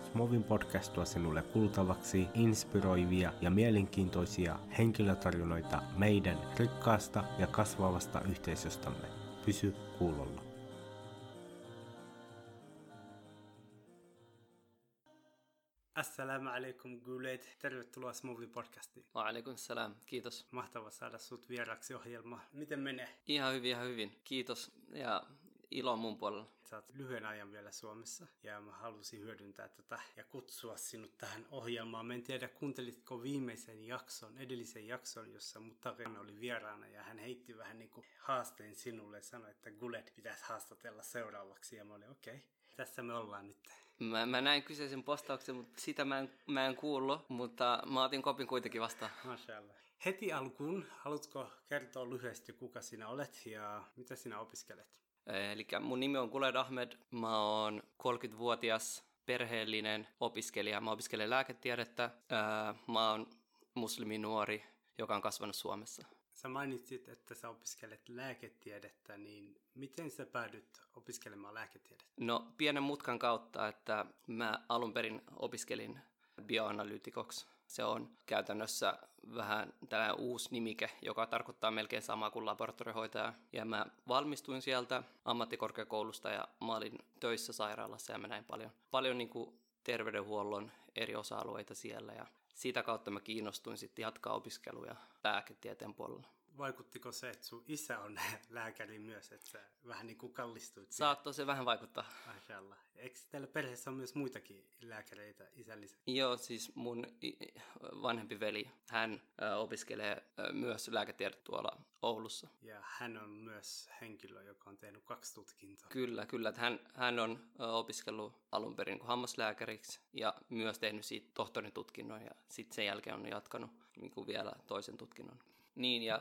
Smovin podcast tuo sinulle kuultavaksi inspiroivia ja mielenkiintoisia henkilötarinoita meidän rikkaasta ja kasvavasta yhteisöstämme. Pysy kuulolla. Assalamu alaikum Guled. Tervetuloa Smovin podcastiin. Wa alaikum salam. Kiitos. Mahtavaa saada sut vieraksi ohjelmaan. Miten menee? Ihan hyvin. Kiitos ja ilo mun puolella. Sä oot lyhyen ajan vielä Suomessa ja mä halusin hyödyntää tätä ja kutsua sinut tähän ohjelmaan. Mä en tiedä, kuuntelitko edellisen jakson, jossa Muttaqin oli vieraana ja hän heitti vähän niin kuin haasteen sinulle ja sanoi, että Guled pitäisi haastatella seuraavaksi ja mä olin okei. Tässä me ollaan nyt. Mä näin kyseisen postauksen, mutta sitä mä en kuullut, mutta mä otin kopin kuitenkin vastaan. Mashallah. Heti alkuun, haluatko kertoa lyhyesti, kuka sinä olet ja mitä sinä opiskelet? Eli mun nimi on Guled Ahmed, mä oon 30-vuotias perheellinen opiskelija. Mä opiskelen lääketiedettä, mä oon musliminuori, joka on kasvanut Suomessa. Sä mainitsit, että sä opiskelet lääketiedettä, niin miten sä päädyt opiskelemaan lääketiedettä? No pienen mutkan kautta, että mä alun perin opiskelin bioanalytikoksi. Se on käytännössä vähän tällainen uusi nimike, joka tarkoittaa melkein samaa kuin laboratoriohoitaja. Ja mä valmistuin sieltä ammattikorkeakoulusta ja mä olin töissä sairaalassa ja mä näin paljon niin kuin terveydenhuollon eri osa-alueita siellä. Ja siitä kautta mä kiinnostuin sitten jatkaa opiskeluja lääketieteen puolella. Vaikuttiko se, että sun isä on lääkäri myös, että sä vähän niin kuin kallistuit? Saattoi se vähän vaikuttaa. Mashallah. Eikö teillä perheessä on myös muitakin lääkäreitä isän lisäksi? Joo, siis mun vanhempi veli, hän opiskelee myös lääketiedettä tuolla Oulussa. Ja hän on myös henkilö, joka on tehnyt 2 tutkintoa. Kyllä. Että hän on opiskellut alun perin kuin hammaslääkäriksi ja myös tehnyt siitä tohtorin tutkinnon ja sitten sen jälkeen on jatkanut niin kuin vielä toisen tutkinnon. Niin, ja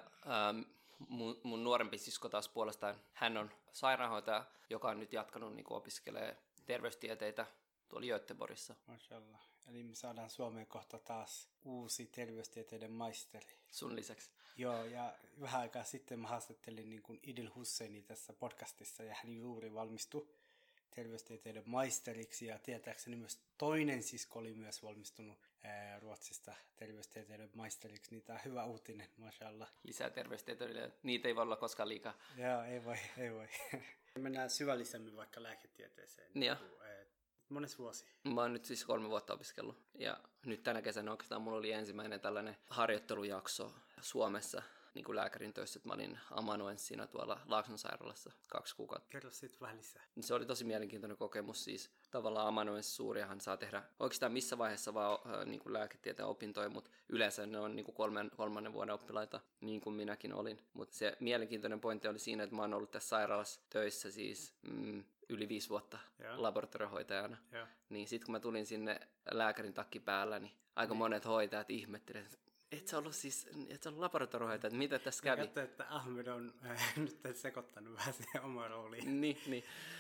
mun nuorempi sisko taas puolestaan, hän on sairaanhoitaja, joka on nyt jatkanut niin kuin opiskelee terveystieteitä tuolla Göteborgissa. Mashallah. Eli me saadaan Suomeen kohta taas uusi terveystieteiden maisteri. Sun lisäksi. Joo, ja vähän aikaa sitten mä haastattelin niin kuin Idil Husseini tässä podcastissa, ja hän juuri valmistui terveystieteiden maisteriksi, ja tietääkseni myös toinen sisko oli myös valmistunut Ruotsista terveystieteiden maisteriksi, niin tämä on hyvä uutinen, mashallah. Lisää terveystieteilijöitä, niitä ei voi olla koskaan liikaa. Joo, ei voi. Mennään syvällisemmin vaikka lääketieteeseen. Joo. Mones vuosi? Mä oon nyt siis 3 vuotta opiskellut, ja nyt tänä kesänä oikeastaan mulla oli ensimmäinen tällainen harjoittelujakso Suomessa, niin kuin lääkärin töissä, että mä olin amanuenssina tuolla Laakson sairaalassa 2 kuukautta. Kerro siitä vähän lisää. Se oli tosi mielenkiintoinen kokemus, siis tavallaan amanuenssisuuriahan saa tehdä oikeastaan missä vaiheessa vaan niin kuin lääketieteen opintoja, mutta yleensä ne on niin kuin 3. vuoden oppilaita, niin kuin minäkin olin. Mutta se mielenkiintoinen pointti oli siinä, että mä oon ollut tässä sairaalassa töissä siis yli 5 vuotta laboratoriohoitajana. Niin sitten kun mä tulin sinne lääkärin takki päällä, niin aika monet hoitajat ihmettelivät, et sä ollut laboratoriohoitaja, että mitä tässä kävi? Katso, että Ahmed on nyt sekoittanut vähän siihen omaan rooliin. Niin.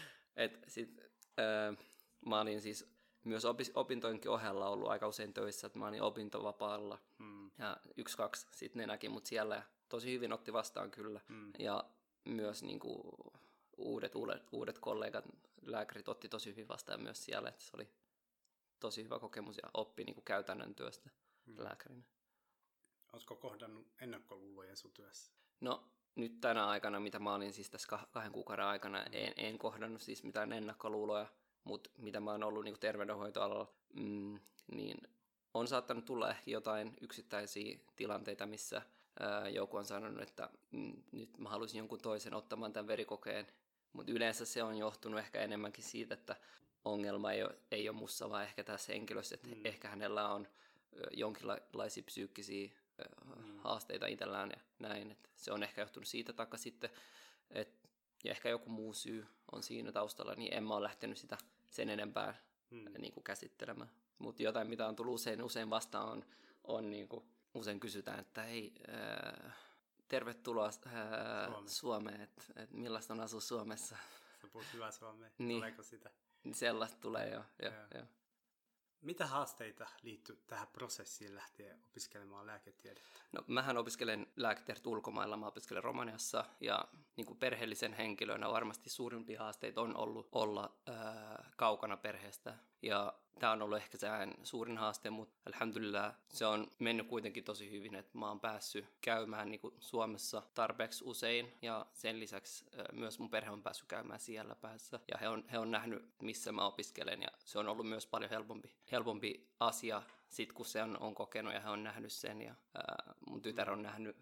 Mä olin siis myös opintojenkin ohella ollut aika usein töissä, että mä olin opintovapaalla. Ja 1-2 sitten ne näki mut siellä ja tosi hyvin otti vastaan kyllä. Ja myös niinku uudet kollegat, lääkärit otti tosi hyvin vastaan myös siellä, että se oli tosi hyvä kokemus ja oppi niinku käytännön työstä lääkärinä. Oletko kohdannut ennakkoluuloja sun työssä? No nyt tänä aikana, mitä mä olin siis tässä 2 kuukauden aikana, en kohdannut siis mitään ennakkoluuloja, mutta mitä mä oon ollut niin kuin terveydenhoitoalalla, niin on saattanut tulla ehkä jotain yksittäisiä tilanteita, missä joku on sanonut, että nyt mä haluaisin jonkun toisen ottamaan tämän verikokeen, mutta yleensä se on johtunut ehkä enemmänkin siitä, että ongelma ei ole mussa, vaan ehkä tässä henkilössä, että ehkä hänellä on jonkinlaisia psyykkisiä haasteita itsellään ja näin. Että se on ehkä johtunut siitä taikka sitten, ja ehkä joku muu syy on siinä taustalla, niin en mä ole lähtenyt sitä sen enempää niin kuin käsittelemään. Mutta jotain, mitä on tullut usein vastaan, on niin kuin, usein kysytään, että hei, tervetuloa Suomeen, että millaista on asua Suomessa. Sä puhut hyvää suomea, niin, tuleeko sitä? Sellaista tulee jo. Mitä haasteita liittyy tähän prosessiin lähteä opiskelemaan lääketiedettä? No, mähän opiskelen lääketiedettä ulkomailla, mä opiskelen Romaniassa ja niin kuin perheellisen henkilönä varmasti suurimpia haasteita on ollut olla kaukana perheestä. Ja tämä on ollut ehkä se suurin haaste, mutta alhamdulillah se on mennyt kuitenkin tosi hyvin, että mä oon päässyt käymään niin kuin Suomessa tarpeeksi usein ja sen lisäksi myös mun perhe on päässyt käymään siellä päässä ja he on nähnyt, missä mä opiskelen ja se on ollut myös paljon helpompi asia sit, kun se on kokenut ja he on nähnyt sen ja mun tytär on nähnyt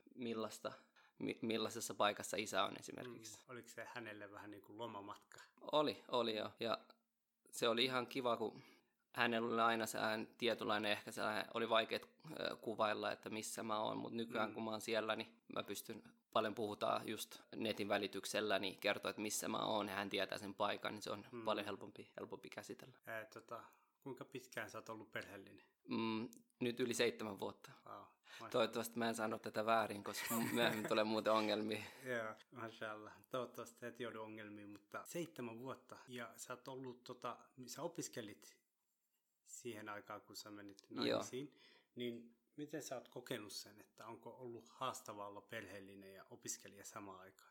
millaisessa paikassa isä on esimerkiksi. Oliko se hänelle vähän niin kuin lomamatka? Oli jo. Ja se oli ihan kiva, kun hänellä oli aina sellainen tietynlainen, ehkä sellainen, oli vaikea kuvailla, että missä mä oon, mutta nykyään kun mä oon siellä, niin mä pystyn, paljon puhutaan just netin välityksellä, niin kertoo, että missä mä oon ja hän tietää sen paikan, niin se on paljon helpompi käsitellä. Kuinka pitkään sä oot ollut perheellinen? Nyt yli 7 vuotta. Wow. Toivottavasti mä en sano tätä väärin, koska myöhemmin tulee muuten ongelmia. Joo, mashallah. Toivottavasti et joudu ongelmiin, mutta 7 vuotta. Ja sä oot ollut, sä opiskelit siihen aikaan, kun sä menit naimisiin. Niin miten sä oot kokenut sen, että onko ollut haastavaa olla perheellinen ja opiskelija samaan aikaan?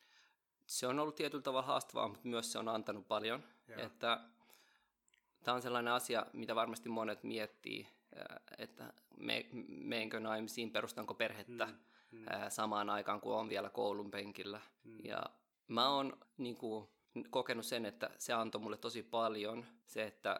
Se on ollut tietyllä tavalla haastavaa, mutta myös se on antanut paljon. Että tämä on sellainen asia, mitä varmasti monet miettii, että meenkö naimisiin, perustanko perhettä samaan aikaan, kun on vielä koulun penkillä. Ja mä oon niin kuin kokenut sen, että se antoi mulle tosi paljon, se, että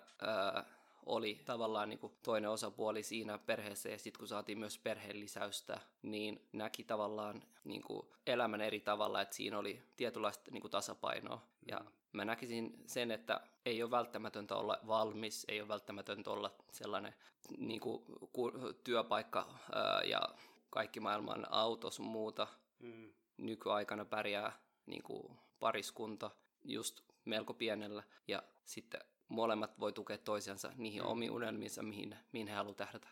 oli tavallaan niin kuin toinen osapuoli siinä perheessä ja sitten kun saatiin myös perheen lisäystä, niin näki tavallaan niin kuin elämän eri tavalla, että siinä oli tietynlaista niin kuin tasapainoa. Ja mä näkisin sen, että ei ole välttämätöntä olla valmis, ei ole välttämätöntä olla sellainen niin kuin työpaikka ja kaikki maailman auto sun muuta. Nykyaikana pärjää niin kuin pariskunta just melko pienellä ja sitten molemmat voi tukea toisiansa niihin omiin unelmiinsa, mihin he haluavat tähdätä.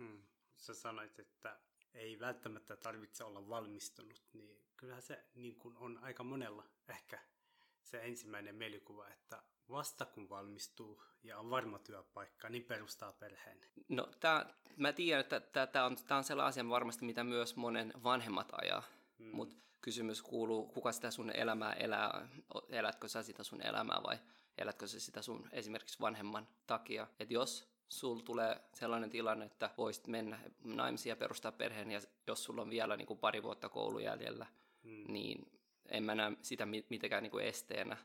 Sä sanoit, että ei välttämättä tarvitse olla valmistunut, niin kyllähän se niin kuin on aika monella ehkä se ensimmäinen mielikuva, että vasta kun valmistuu ja on varma työpaikka, niin perustaa perheen. No mä tiedän, että tämä on sellainen asia varmasti, mitä myös monen vanhemmat ajaa, mutta kysymys kuuluu, kuka sitä sun elämää elää, elätkö sä sitä sun elämää vai elätkö sä sitä sun esimerkiksi vanhemman takia. Että jos sul tulee sellainen tilanne, että voisit mennä naimisiin ja perustaa perheen, ja jos sulla on vielä niin kuin 2 vuotta koulun jäljellä, niin en mä näe sitä mitenkään niin kuin esteenä.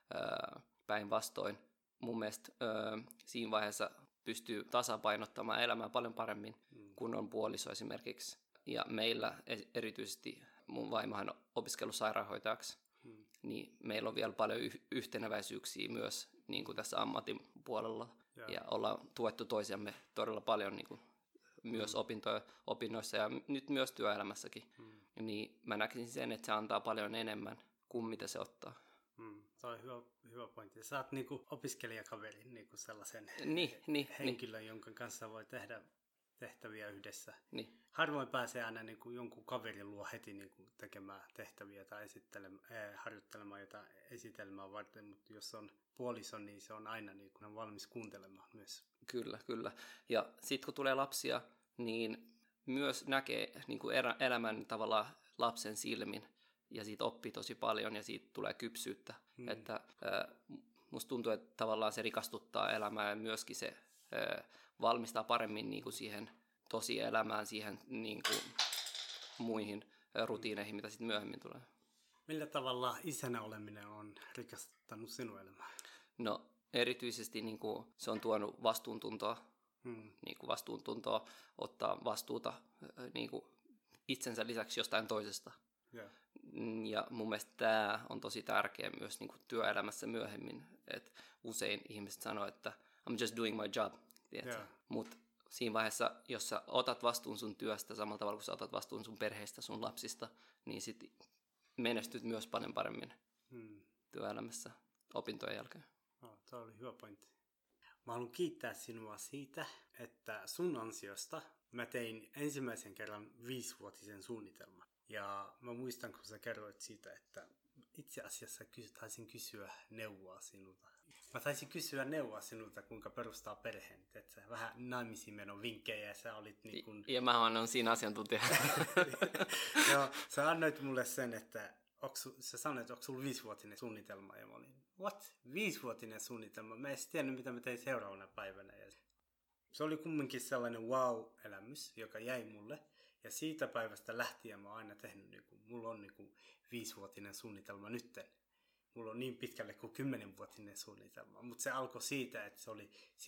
Päinvastoin mun mielestä siinä vaiheessa pystyy tasapainottamaan elämää paljon paremmin, kun on puoliso esimerkiksi. Ja meillä erityisesti mun vaimohan on opiskellut sairaanhoitajaksi, niin meillä on vielä paljon yhteneväisyyksiä myös niin kuin tässä ammatin puolella. Ja ollaan tuettu toisiamme todella paljon niin kuin myös opinnoissa ja nyt myös työelämässäkin. Niin mä näkisin sen, että se antaa paljon enemmän kuin mitä se ottaa. Se on hyvä pointti. Sä oot niinku opiskelijakaveri, niinku sellaisen henkilön, jonka kanssa voi tehdä tehtäviä yhdessä. Harvoin pääsee aina niinku jonkun kaverin luo heti niinku tekemään tehtäviä tai harjoittelemaan jotain esitelmää varten, mutta jos on puoliso, niin se on aina niinku valmis kuuntelemaan myös. Kyllä. Ja sitten kun tulee lapsia, niin myös näkee niinku elämän tavallaan lapsen silmin. Ja siitä oppii tosi paljon ja siitä tulee kypsyyttä. Että musta tuntuu, että tavallaan se rikastuttaa elämää ja myöskin se valmistaa paremmin niin kuin siihen tosielämään, siihen niin kuin muihin rutiineihin, mitä sitten myöhemmin tulee. Millä tavalla isänä oleminen on rikastuttanut sinun elämää? No erityisesti niin kuin se on tuonut vastuuntuntoa, niin kuin vastuuntuntoa, ottaa vastuuta niin kuin itsensä lisäksi jostain toisesta. Ja mun mielestä tämä on tosi tärkeä myös niin kuin työelämässä myöhemmin, että usein ihmiset sanoo, että I'm just doing my job, mutta siinä vaiheessa, jos sä otat vastuun sun työstä samalla tavalla kuin sä otat vastuun sun perheestä, sun lapsista, niin sit menestyt myös paljon paremmin työelämässä opintojen jälkeen. Tuo oli hyvä pointti. Mä haluan kiittää sinua siitä, että sun ansiosta mä tein ensimmäisen kerran 5-vuotisen suunnitelman. Ja mä muistan, kun sä kerroit siitä, että itse asiassa taisin kysyä neuvoa sinulta. Mä taisin kysyä neuvoa sinulta, kuinka perustaa perheen. Että vähän naimisiin menon vinkkejä ja sä olit niin kuin... Ja mä olen siinä asiantuntija. Joo, sä annoit mulle sen, että sä sanoit, että onko sulla 5-vuotinen suunnitelma? Ja mä olin, what? 5-vuotinen suunnitelma? Mä en edes tiennyt, mitä mä tein seuraavana päivänä. Ja se oli kumminkin sellainen wow-elämys, joka jäi mulle. Ja siitä päivästä lähtien mä oon aina tehnyt, mulla on 5-vuotinen suunnitelma nytten. Mulla on niin pitkälle kuin 10-vuotinen suunnitelma. Mutta se alkoi siitä, että se oli